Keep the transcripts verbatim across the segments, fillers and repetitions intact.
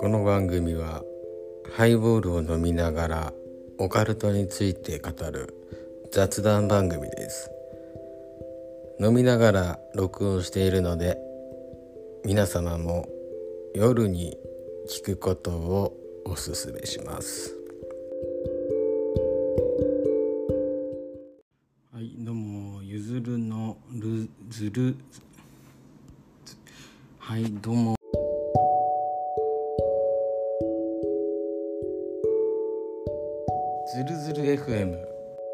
この番組はハイボールを飲みながらオカルトについて語る雑談番組です。飲みながら録音しているので、皆様も夜に聞くことをお勧めします。はい、どうも、ゆずるのるずるはいどうもずるずる エフエム。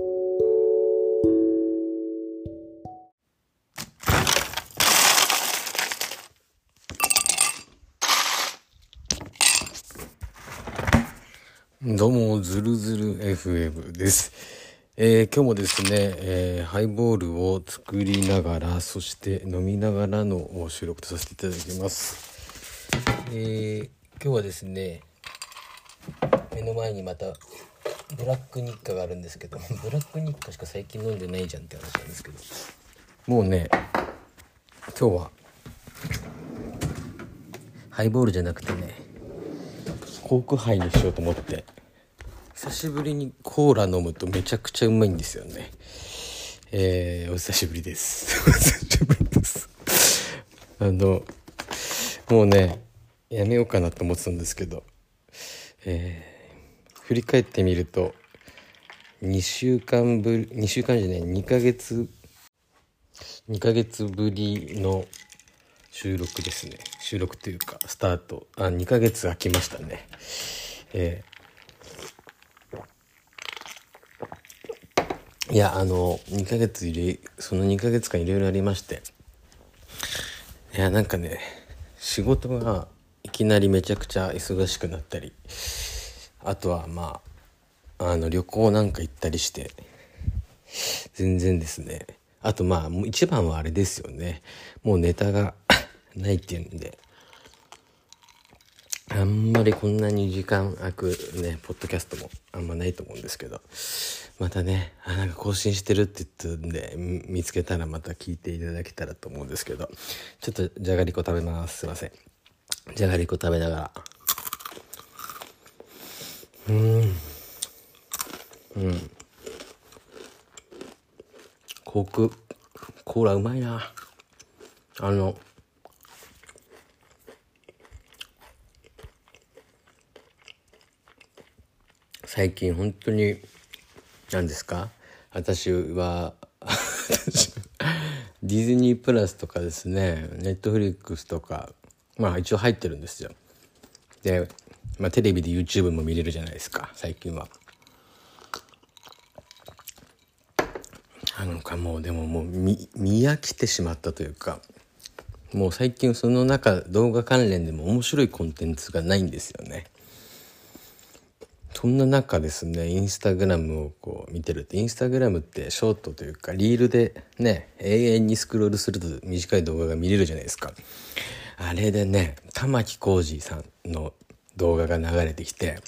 どうもずるずる エフエム です。えー、今日もですね、えー、ハイボールを作りながら、そして飲みながらの収録とさせていただきます。えー、今日はですね、目の前にまたブラック日課があるんですけど、ブラック日課しか最近飲んでないじゃんって話なんですけど、もうね今日はハイボールじゃなくてね、コークハイにしようと思って、久しぶりにコーラ飲むとめちゃくちゃうまいんですよね。えー、お久しぶりですお久しぶりですあのもうねやめようかなと思ってたんですけど、えー、振り返ってみるとにしゅうかんぶりにしゅうかんじゃないにかげつにかげつぶりの収録ですね。収録というかスタートあにかげつ空きましたね。えー、いやあのにかげつ入れそのにかげつかんいろいろありまして、いやなんかね仕事がいきなりめちゃくちゃ忙しくなったり、あとはまああの旅行なんか行ったりして全然ですね。あとまあもう一番はあれですよね、もうネタがないっていうんで、あんまりこんなに時間空くねポッドキャストもあんまないと思うんですけど、またねあなんか更新してるって言ったんで見つけたらまた聞いていただけたらと思うんですけど、ちょっとじゃがりこ食べます。すいません。じゃがりこ食べながらうーんうんコークコーラうまいな。あの最近本当に何ですか、私はディズニープラスとかですね、ネットフリックスとかまあ一応入ってるんですよ。で、まあ、テレビで YouTube も見れるじゃないですか最近は。あのかもうでももう 見, 見飽きてしまったというか、もう最近その中動画関連でも面白いコンテンツがないんですよね。そんな中ですね、インスタグラムをこう見てると、インスタグラムってショートというかリールでね永遠にスクロールすると短い動画が見れるじゃないですか。あれでね玉置浩二さんの動画が流れてきて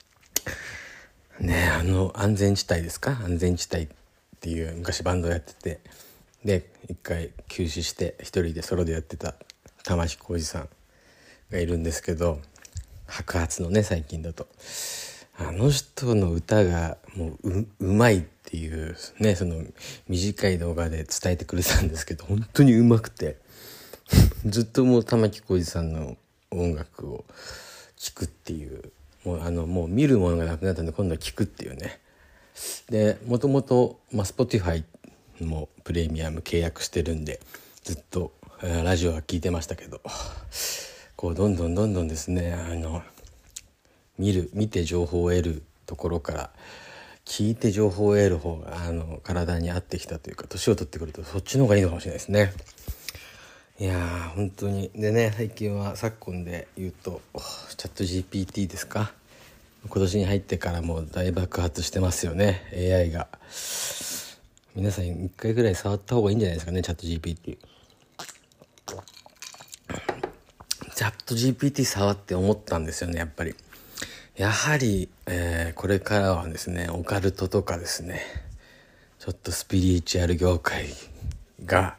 ね、あの安全地帯ですか、安全地帯っていう昔バンドやってて、で一回休止して一人でソロでやってた玉置浩二さんがいるんですけど、白髪のね最近だとあの人の歌がもう う, うまいっていうね、その短い動画で伝えてくれたんですけど、本当にうまくてずっともう玉置浩二さんの音楽を聴くっていう、もうあのもう見るものがなくなったんで今度は聴くっていうね。でもともとまあ Spotify もプレミアム契約してるんでずっと、えー、ラジオは聞いてましたけど、こうどんどんどんどんですね、あの見る見て情報を得るところから聞いて情報を得る方があの体に合ってきたというか、年を取ってくるとそっちの方がいいのかもしれないですね。いやー本当にでね、最近は昨今で言うとチャット ジーピーティー ですか、今年に入ってからもう大爆発してますよね エーアイ が。皆さん一回ぐらい触った方がいいんじゃないですかね、チャット ジーピーティー。チャット ジーピーティー 触って思ったんですよね。やっぱりやはり、えー、これからはですねオカルトとかですね、ちょっとスピリチュアル業界が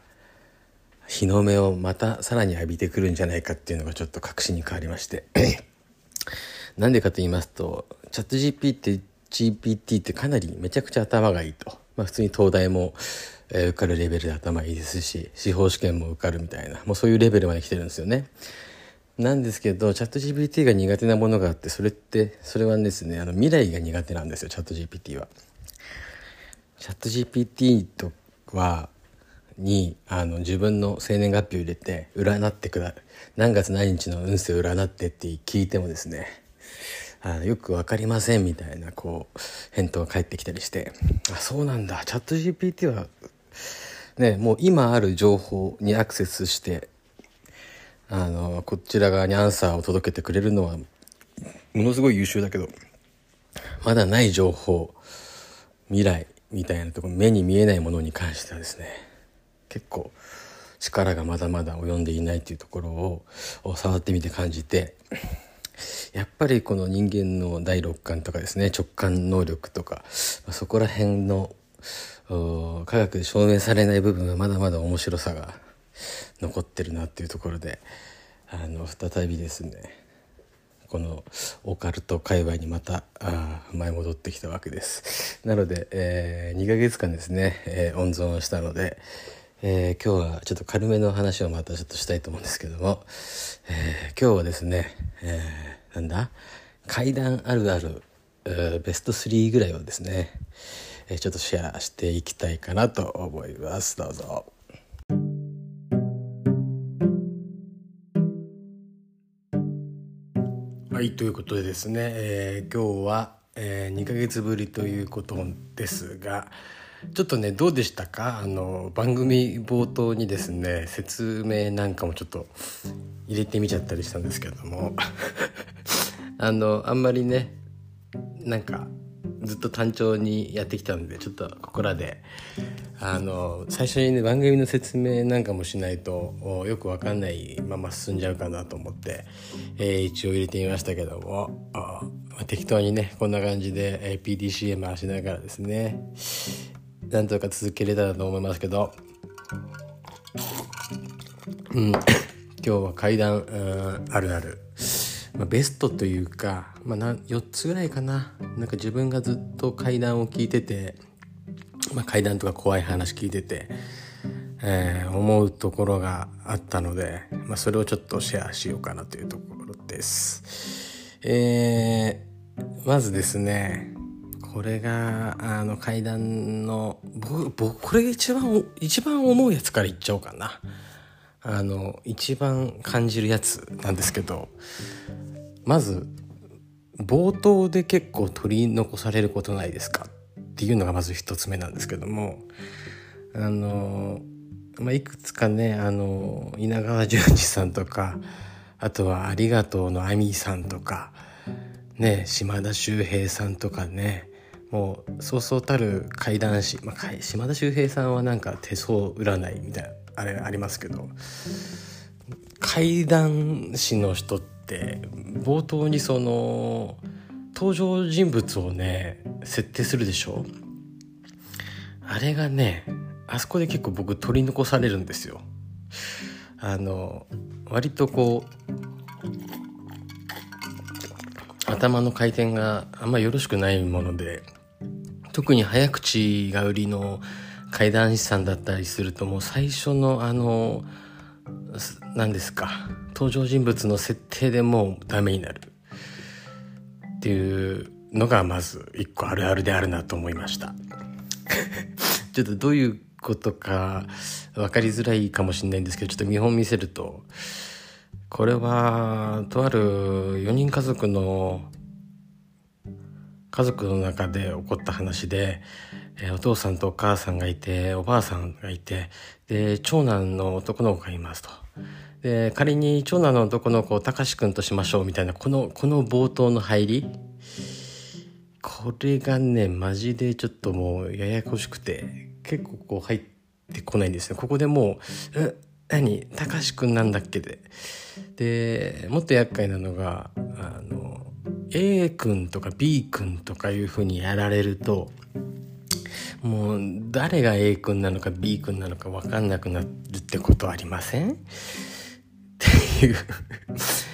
日の目をまたさらに浴びてくるんじゃないかっていうのがちょっと確信に変わりましてなんでかと言いますと、チャット ジーピーティー ジーピーティー ってかなりめちゃくちゃ頭がいいと、まあ、普通に東大も、えー、受かるレベルで頭いいですし、司法試験も受かるみたいな、もうそういうレベルまで来てるんですよね。なんですけどチャット ジーピーティー が苦手なものがあって、それってそれはですね、あの未来が苦手なんですよ。チャット ジーピーティー はチャット ジーピーティー とはにあの自分の生年月日を入れて占ってくだ何月何日の運勢を占ってって聞いてもですね、あのよく分かりませんみたいなこう返答が返ってきたりして、あ、そうなんだ、チャット ジーピーティー はね、もう今ある情報にアクセスしてあのこちら側にアンサーを届けてくれるのはものすごい優秀だけど、まだない情報、未来みたいなところ、目に見えないものに関してはですね、結構力がまだまだ及んでいないというところを触ってみて感じて、やっぱりこの人間の第六感とかですね、直感能力とか、そこら辺の科学で証明されない部分はまだまだ面白さが残ってるなっていうところで、あの再びですね、このオカルト界隈にまたあ前戻ってきたわけです。なので、えー、にかげつかんですね、えー、温存したので、えー、今日はちょっと軽めの話をまたちょっとしたいと思うんですけども、えー、今日はですね、えー、なんだ怪談あるある、えー、ベストスリーぐらいをですね、えー、ちょっとシェアしていきたいかなと思います。どうぞ。はい、ということでですね、えー、今日は、えー、にかげつぶりということですが、ちょっとね、どうでしたか？あの番組冒頭にですね、説明なんかもちょっと入れてみちゃったりしたんですけどもあのあんまりね、なんかずっと単調にやってきたので、ちょっとここらであの最初にね、番組の説明なんかもしないとよくわかんないまま進んじゃうかなと思って、えー、一応入れてみましたけども、あ、適当にねこんな感じで、えー、ピーディーシーエム 回しながらですね、なんとか続けれたらと思いますけど、うん、今日は怪談、うん、あるある、まあ、ベストというか、まあ、なよっつぐらいかな。なんか自分がずっと怪談を聞いてて、まあ、怪談とか怖い話聞いてて、えー、思うところがあったので、まあ、それをちょっとシェアしようかなというところです。えー、まずですね、これがあの怪談の僕僕これが一番一番思うやつから言っちゃおうかな。あの一番感じるやつなんですけど、まず冒頭で結構取り残されることないですかっていうのがまず一つ目なんですけども、あの、まあ、いくつかね、あの稲川淳二さんとか、あとはありがとうのあみさんとかね、島田秀平さんとかね、もうそうそうたる怪談師、まあ、島田秀平さんはなんか手相占いみたいなあれありますけど、怪談師の人って冒頭にその登場人物をね設定するでしょ。あれがね、あそこで結構僕取り残されるんですよ。あの割とこう頭の回転があんまよろしくないもので、特に早口が売りの怪談師さんだったりすると、もう最初のあの何ですか、登場人物の設定でもうダメになるっていうのがまず一個あるあるであるなと思いましたちょっとどういうことか分かりづらいかもしれないんですけど、ちょっと見本見せると、これはとあるよにん家族の家族の中で起こった話で、えー、お父さんとお母さんがいて、おばあさんがいて、で長男の男の子がいますと。で仮に長男の男の子をたかしくんとしましょうみたいな、このこの冒頭の入り、これがねマジでちょっともうややこしくて、結構こう入ってこないんですね。ここでもうえ何たかしくんなんだっけで、でもっと厄介なのが、あのA 君とか B 君とかいう風にやられると、もう誰が A 君なのか B 君なのか分かんなくなるってことありませんっていう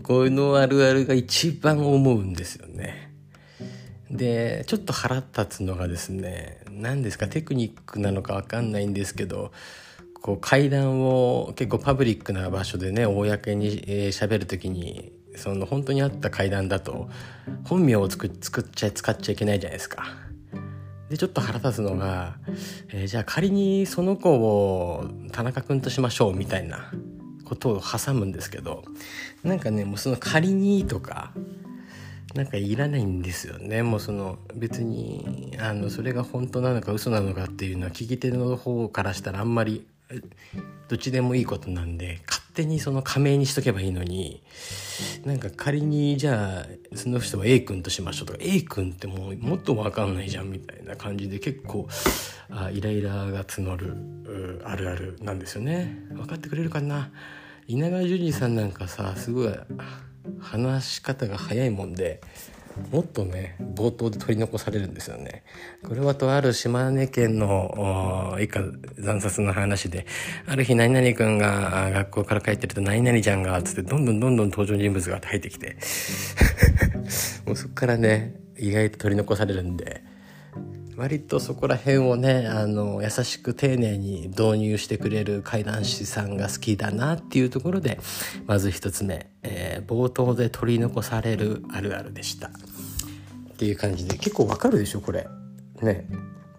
このあるあるが一番思うんですよね。でちょっと腹立つのがですね、何ですか、テクニックなのか分かんないんですけど、こう階段を結構パブリックな場所でね公にえー、喋るときに、その本当にあった階段だと本名を作っ作っちゃ使っちゃいけないじゃないですか。でちょっと腹立つのが、えー、じゃあ仮にその子を田中くんとしましょうみたいなことを挟むんですけど、なんかねもうその仮にとかなんかいらないんですよね。もうその別にあのそれが本当なのか嘘なのかっていうのは聞き手の方からしたらあんまりどっちでもいいことなんで、勝手にその仮名にしとけばいいのに、なんか仮にじゃあその人は A 君としましょうとか、 A 君ってもうもっと分かんないじゃんみたいな感じで、結構あイライラが募るあるあるなんですよね。分かってくれるかな。稲川淳二さんなんかさ、すごい話し方が早いもんで、もっとね冒頭で取り残されるんですよね。これはとある島根県の以下惨殺の話で、ある日何々くんが学校から帰ってると何々ちゃんがつってどんどんどんどん登場人物が入ってきてもうそっからね意外と取り残されるんで、割とそこら辺をねあの優しく丁寧に導入してくれる怪談師さんが好きだなっていうところで、まず一つ目、えー、冒頭で取り残されるあるあるでしたっていう感じで、結構わかるでしょこれね。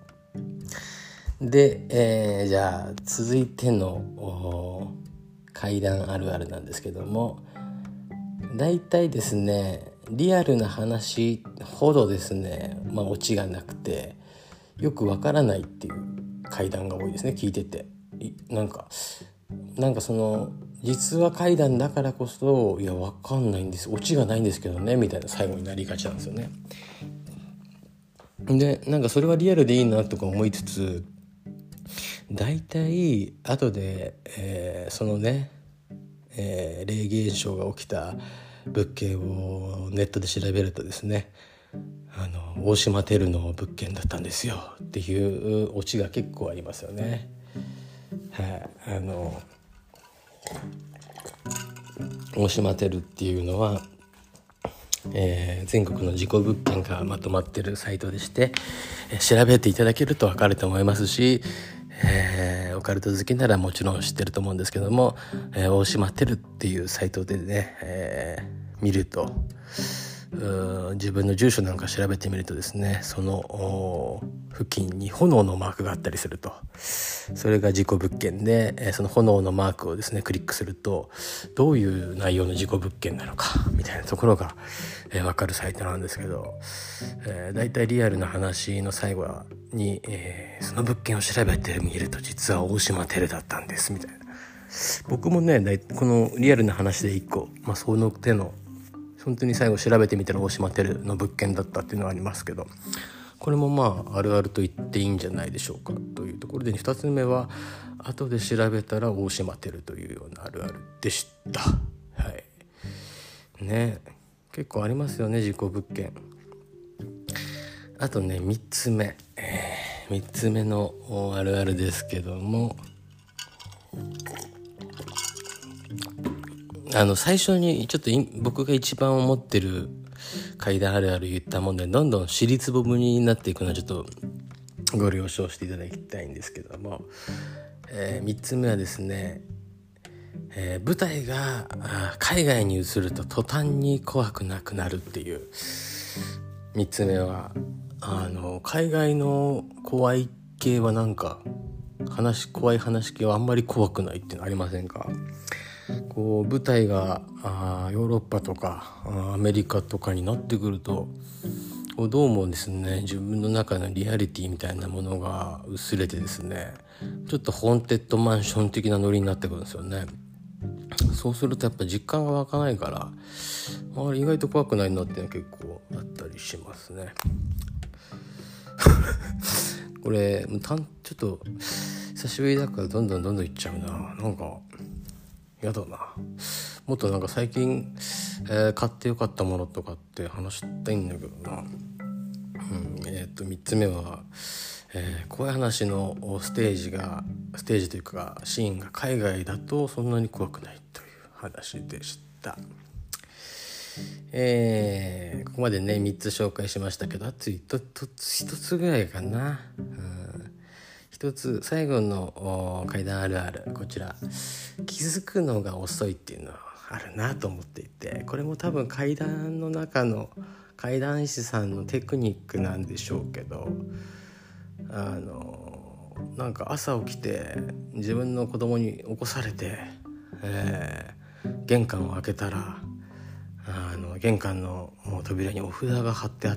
で、えー、じゃあ続いての怪談あるあるなんですけども、だいたいですねリアルな話ほどですね、まあオチがなくてよくわからないっていう怪談が多いですね。聞いててなんかなんかその実話怪談だからこそ、いやわかんないんです、オチがないんですけどねみたいな最後になりがちなんですよね。でなんかそれはリアルでいいなとか思いつつ、だいたい後で、えー、そのね、えー、霊現象が起きた物件をネットで調べるとですね、あの大島テルの物件だったんですよっていうオチが結構ありますよね。はい、あの大島テルっていうのは、えー、全国の事故物件がまとまってるサイトでして、えー、調べていただけると分かると思いますし、えー、オカルト好きならもちろん知ってると思うんですけども、えー、大島テルっていうサイトでね、えー、見ると自分の住所なんか調べてみるとですね、その付近に炎のマークがあったりすると、それが事故物件で、その炎のマークをですねクリックするとどういう内容の事故物件なのかみたいなところが、えー、分かるサイトなんですけど、えー、だいたいリアルな話の最後に、えー、その物件を調べてみると実は大島テルだったんですみたいな。僕もねこのリアルな話で一個、まあ、その手の本当に最後調べてみたら大島テルの物件だったっていうのはありますけど、これもまああるあると言っていいんじゃないでしょうかというところで、ふたつめは後で調べたら大島テルというようなあるあるでした。はいね、結構ありますよね事故物件。あとねみっつめ、えー、みっつめのあるあるですけども、あの最初にちょっと僕が一番思ってる怪談あるある言ったもんで、どんどん尻つぼみになっていくのはちょっとご了承していただきたいんですけども、えー、みっつめはですね、えー、舞台が海外に移ると途端に怖くなくなるっていう。みっつめはあの海外の怖い系はなんか話怖い話系はあんまり怖くないっていうのありませんか？こう舞台があヨーロッパとかアメリカとかになってくると、どうもですね自分の中のリアリティみたいなものが薄れてですね、ちょっとホーンテッドマンション的なノリになってくるんですよね。そうするとやっぱ実感が湧かないから、あれ意外と怖くないなっていうのは結構あったりしますねこれたんちょっと久しぶりだからどんどんどんどんいっちゃうな。なんかやだな。もっとなんか最近、えー、買ってよかったものとかって話したいんだけどな。うん、えっとみっつめは、えー、怖い話のステージがステージというかシーンが海外だとそんなに怖くないという話でした。 えー、ここまでねみっつ紹介しましたけど、あとひとつぐらいかな。ひとつ最後の怪談あるある、こちら気づくのが遅いっていうのはあるなと思っていて、これも多分怪談の中の怪談師さんのテクニックなんでしょうけど、あのなんか朝起きて自分の子供に起こされて、えー、玄関を開けたらあの玄関の扉にお札が貼ってあって、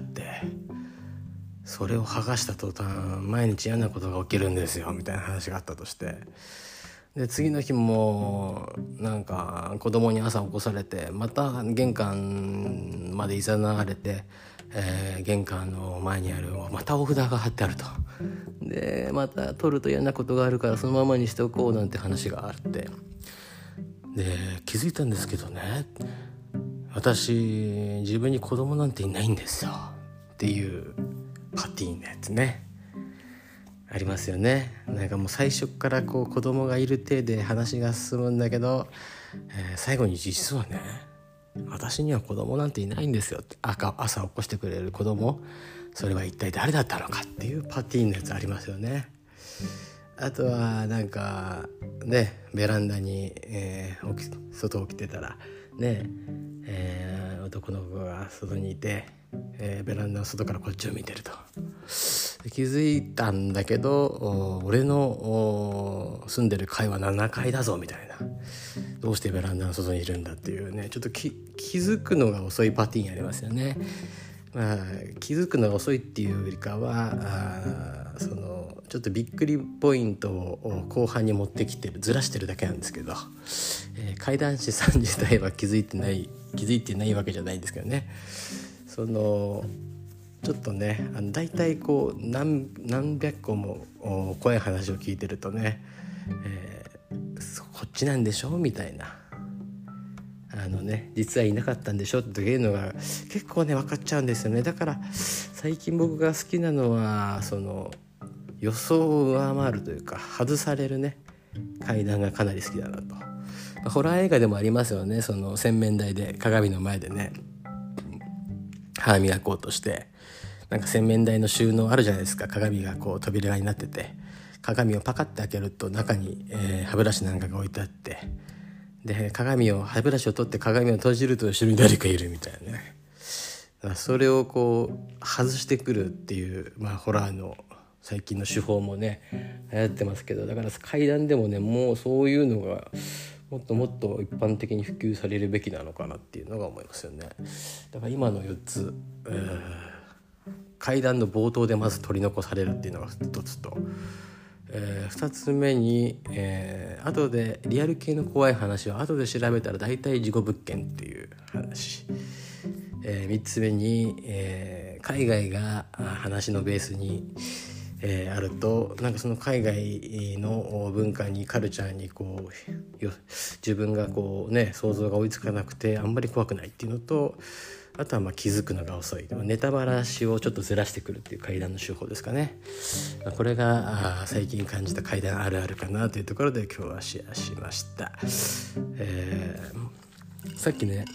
それを剥がした途端毎日嫌なことが起きるんですよみたいな話があったとして、で次の日もなんか子供に朝起こされてまた玄関までいざなわれて、えー、玄関の前にあるまたお札が貼ってあると、でまた取ると嫌なことがあるからそのままにしておこうなんて話があって、で気づいたんですけどね、私自分に子供なんていないんですよっていうパティーンなやつね、ありますよね。なんかもう最初からこう子供がいる体で話が進むんだけど、えー、最後に実はね私には子供なんていないんですよって、朝起こしてくれる子供、それは一体誰だったのかっていうパティーンのやつありますよね。あとはなんかねベランダに、えー、起き外起きてたらね、えー、男の子が外にいて、えー、ベランダの外からこっちを見てると、気づいたんだけど俺の住んでる階はななかいだぞみたいな、どうしてベランダの外にいるんだっていうね、ちょっと気づくのが遅いパティーンありますよね。まあ、気づくのが遅いっていうよりかはあそのちょっとびっくりポイントを後半に持ってきてるずらしてるだけなんですけど、えー、怪談師さん自体は気づいてない気づいてないわけじゃないんですけどね、そのちょっとねあのだいたいこう 何, 何百個も怖い話を聞いてるとね、えー、こっちなんでしょみたいな、あのね実はいなかったんでしょっていうのが結構ね分かっちゃうんですよね。だから最近僕が好きなのはその予想を上回るというか外されるね怪談がかなり好きだなと。ホラー映画でもありますよね、その洗面台で鏡の前でね歯磨こうとしてなんか洗面台の収納あるじゃないですか、鏡がこう扉になってて鏡をパカッて開けると中に、えー、歯ブラシなんかが置いてあって、で鏡を歯ブラシを取って鏡を閉じると後ろに誰かいるみたいなね、だからそれをこう外してくるっていう、まあ、ホラーの最近の手法もね流行ってますけど、だから怪談でもねもうそういうのがもっともっと一般的に普及されるべきなのかなっていうのが思いますよね。だから今のよっつ、えー、怪談の冒頭でまず取り残されるっていうのが一つと、えー、ふたつめに、えー、後でリアル系の怖い話は後で調べたら大体事故物件っていう話、えー、みっつめに、えー、海外が話のベースにえー、あるとなんかその海外の文化にカルチャーにこうよ自分がこうね想像が追いつかなくてあんまり怖くないっていうのと、あとはまあ気づくのが遅い、ネタバラシをちょっとずらしてくるっていう怪談の手法ですかね。これが最近感じた怪談あるあるかなというところで今日はシェアしました。えー、さっきね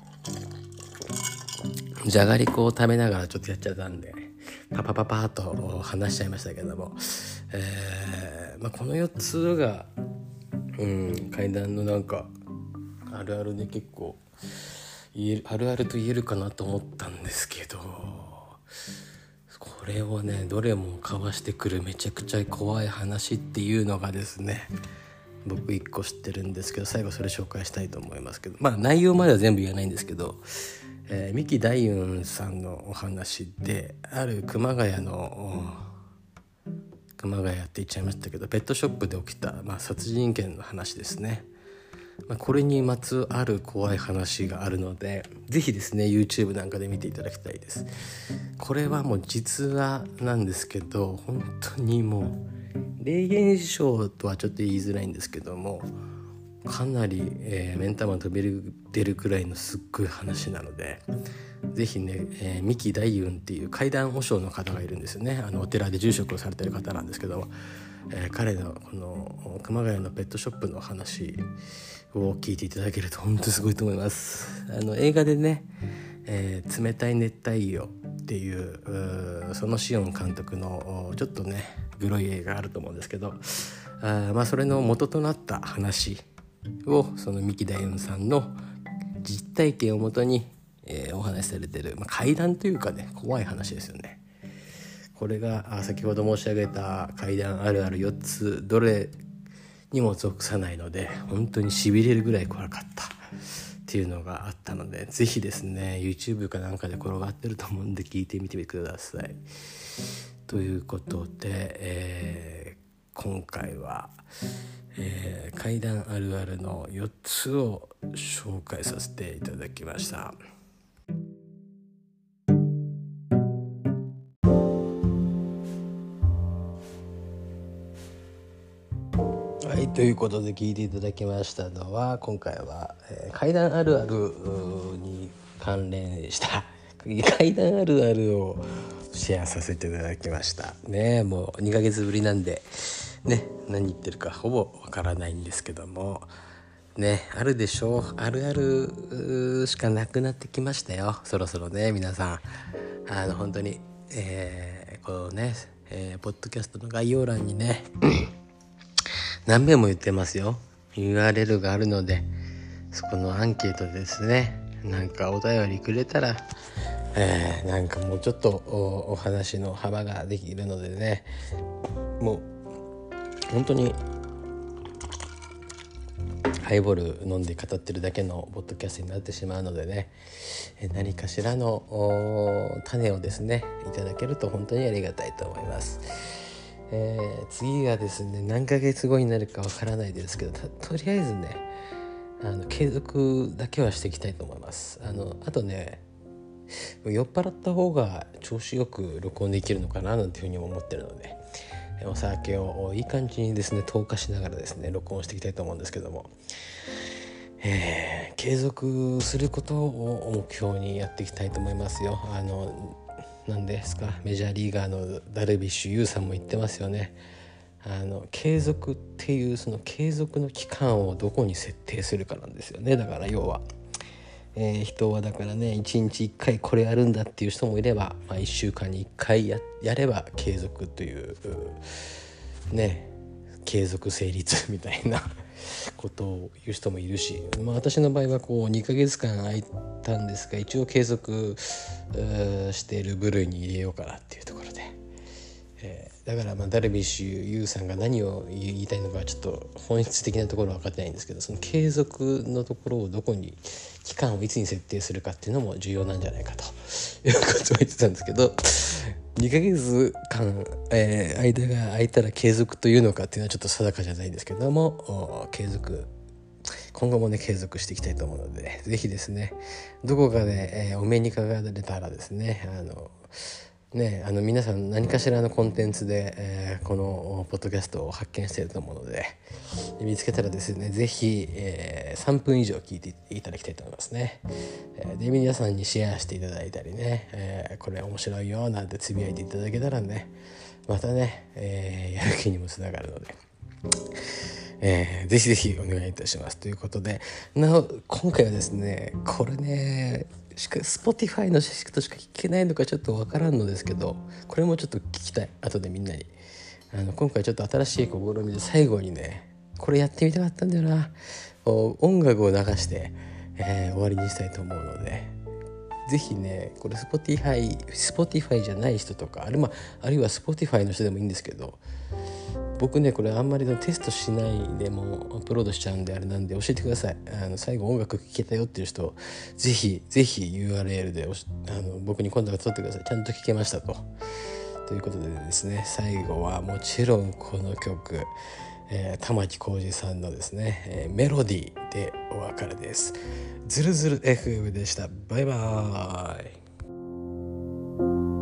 じゃがりこを食べながらちょっとやっちゃったんでパパパパーと話しちゃいましたけども、えーまあ、このよっつが、うん、怪談のなんかあるあるで結構言えるあるあると言えるかなと思ったんですけど、これをねどれもかわしてくるめちゃくちゃ怖い話っていうのがですね僕いっこ知ってるんですけど、最後それ紹介したいと思いますけど、まあ内容までは全部言わないんですけど、えー、三木大雲さんのお話で、ある熊谷の熊谷って言っちゃいましたけどペットショップで起きた、まあ、殺人剣の話ですね。まあ、これにまつわる怖い話があるのでぜひですね YouTube なんかで見ていただきたいです。これはもう実話なんですけど本当にもう霊現象とはちょっと言いづらいんですけどもかなり、えー、目ん玉飛び出るくらいのすっごい話なのでぜひね、えー、三木大雲っていう怪談和尚の方がいるんですよね。あのお寺で住職をされてる方なんですけど、 えー、彼のこの熊谷のペットショップの話を聞いていただけると本当すごいと思います。あの映画でね、えー、冷たい熱帯魚っていう、うそのシオン監督のちょっとねグロい映画あると思うんですけど、あまあそれの元となった話をその三木大雲さんの実体験をもとに、えー、お話しされてる、まあ、怪談というかね怖い話ですよね。これが先ほど申し上げた怪談あるあるよっつどれにも属さないので本当にしびれるぐらい怖かったっていうのがあったので、ぜひですね YouTube かなんかで転がってると思うんで聞いてみてください。ということで、えー、今回は、えー、怪談あるあるのよっつを紹介させていただきました。はい、ということで聞いていただきましたのは、今回は、えー、怪談あるあるに関連した怪談あるあるをシェアさせていただきましたね。もうにかげつぶりなんでね、何言ってるかほぼわからないんですけどもね、あるでしょう。あるあるしかなくなってきましたよ、そろそろね。皆さんあの本当に、えー、こうね、えー、ポッドキャストの概要欄にね何遍も言ってますよ、 ユーアールエル があるので、そこのアンケートでですね、なんかお便りくれたら、えー、なんかもうちょっと お, お話の幅ができるのでね、もう本当にハイボール飲んで語ってるだけのポッドキャストになってしまうのでね、何かしらの種をですねいただけると本当にありがたいと思います。えー、次がですね何ヶ月後になるかわからないですけど、 と, とりあえずねあの継続だけはしていきたいと思います。あのあとね酔っ払った方が調子よく録音できるのかななんていうふうに思ってるので、お酒をいい感じにですね投下しながらですね録音していきたいと思うんですけども、えー、継続することを目標にやっていきたいと思いますよ。あの何ですか、メジャーリーガーのダルビッシュ有さんも言ってますよね。あの継続っていうその継続の期間をどこに設定するかなんですよね。だから要は、えー、人はだからねいちにちいっかいこれやるんだっていう人もいれば、まあ、いっしゅうかんにいっかい や, やれば継続というね継続成立みたいなことを言う人もいるし、まあ、私の場合はこうにかげつかん空いたんですが一応継続している部類に入れようかなっていうところで、えー、だからまあダルビッシュ有さんが何を言いたいのかちょっと本質的なところは分かってないんですけど、その継続のところをどこに期間をいつに設定するかっていうのも重要なんじゃないかということを言ってたんですけど、にかげつかん、えー、間が空いたら継続というのかっていうのはちょっと定かじゃないんですけども、継続今後もね継続していきたいと思うので、ね、ぜひですねどこかで、えー、お目にかかれたらですねあのねあの皆さん何かしらのコンテンツで、えー、このポッドキャストを発見していると思うので、見つけたらですねぜひ、えー、さんぷん以上聞いていただきたいと思いますね。えー、で皆さんにシェアしていただいたりね、えー、これ面白いよなんてつぶやいていただけたらねまたね、えー、やる気にもつながるので、えー、ぜひぜひお願いいたしますということで、なお今回はですねこれねしか Spotify の人しか聞けないのかちょっとわからんのですけど、これもちょっと聞きたい。後でみんなにあの今回ちょっと新しい試みで最後にねこれやってみたかったんだよな、音楽を流して、えー、終わりにしたいと思うので、ぜひねこれ Spotify, Spotify じゃない人とかある、まあ、あるいは Spotify の人でもいいんですけど、僕ねこれあんまりテストしないでもアップロードしちゃうんであれなんで教えてください。あの最後音楽聴けたよっていう人ぜひぜひ ユーアールエル であの僕にコンタクト取ってください。ちゃんと聴けましたとということでですね、最後はもちろんこの曲、えー、玉置浩二さんのですね、えー、メロディーでお別れです。ズルズル エフエム でした。バイバーイ。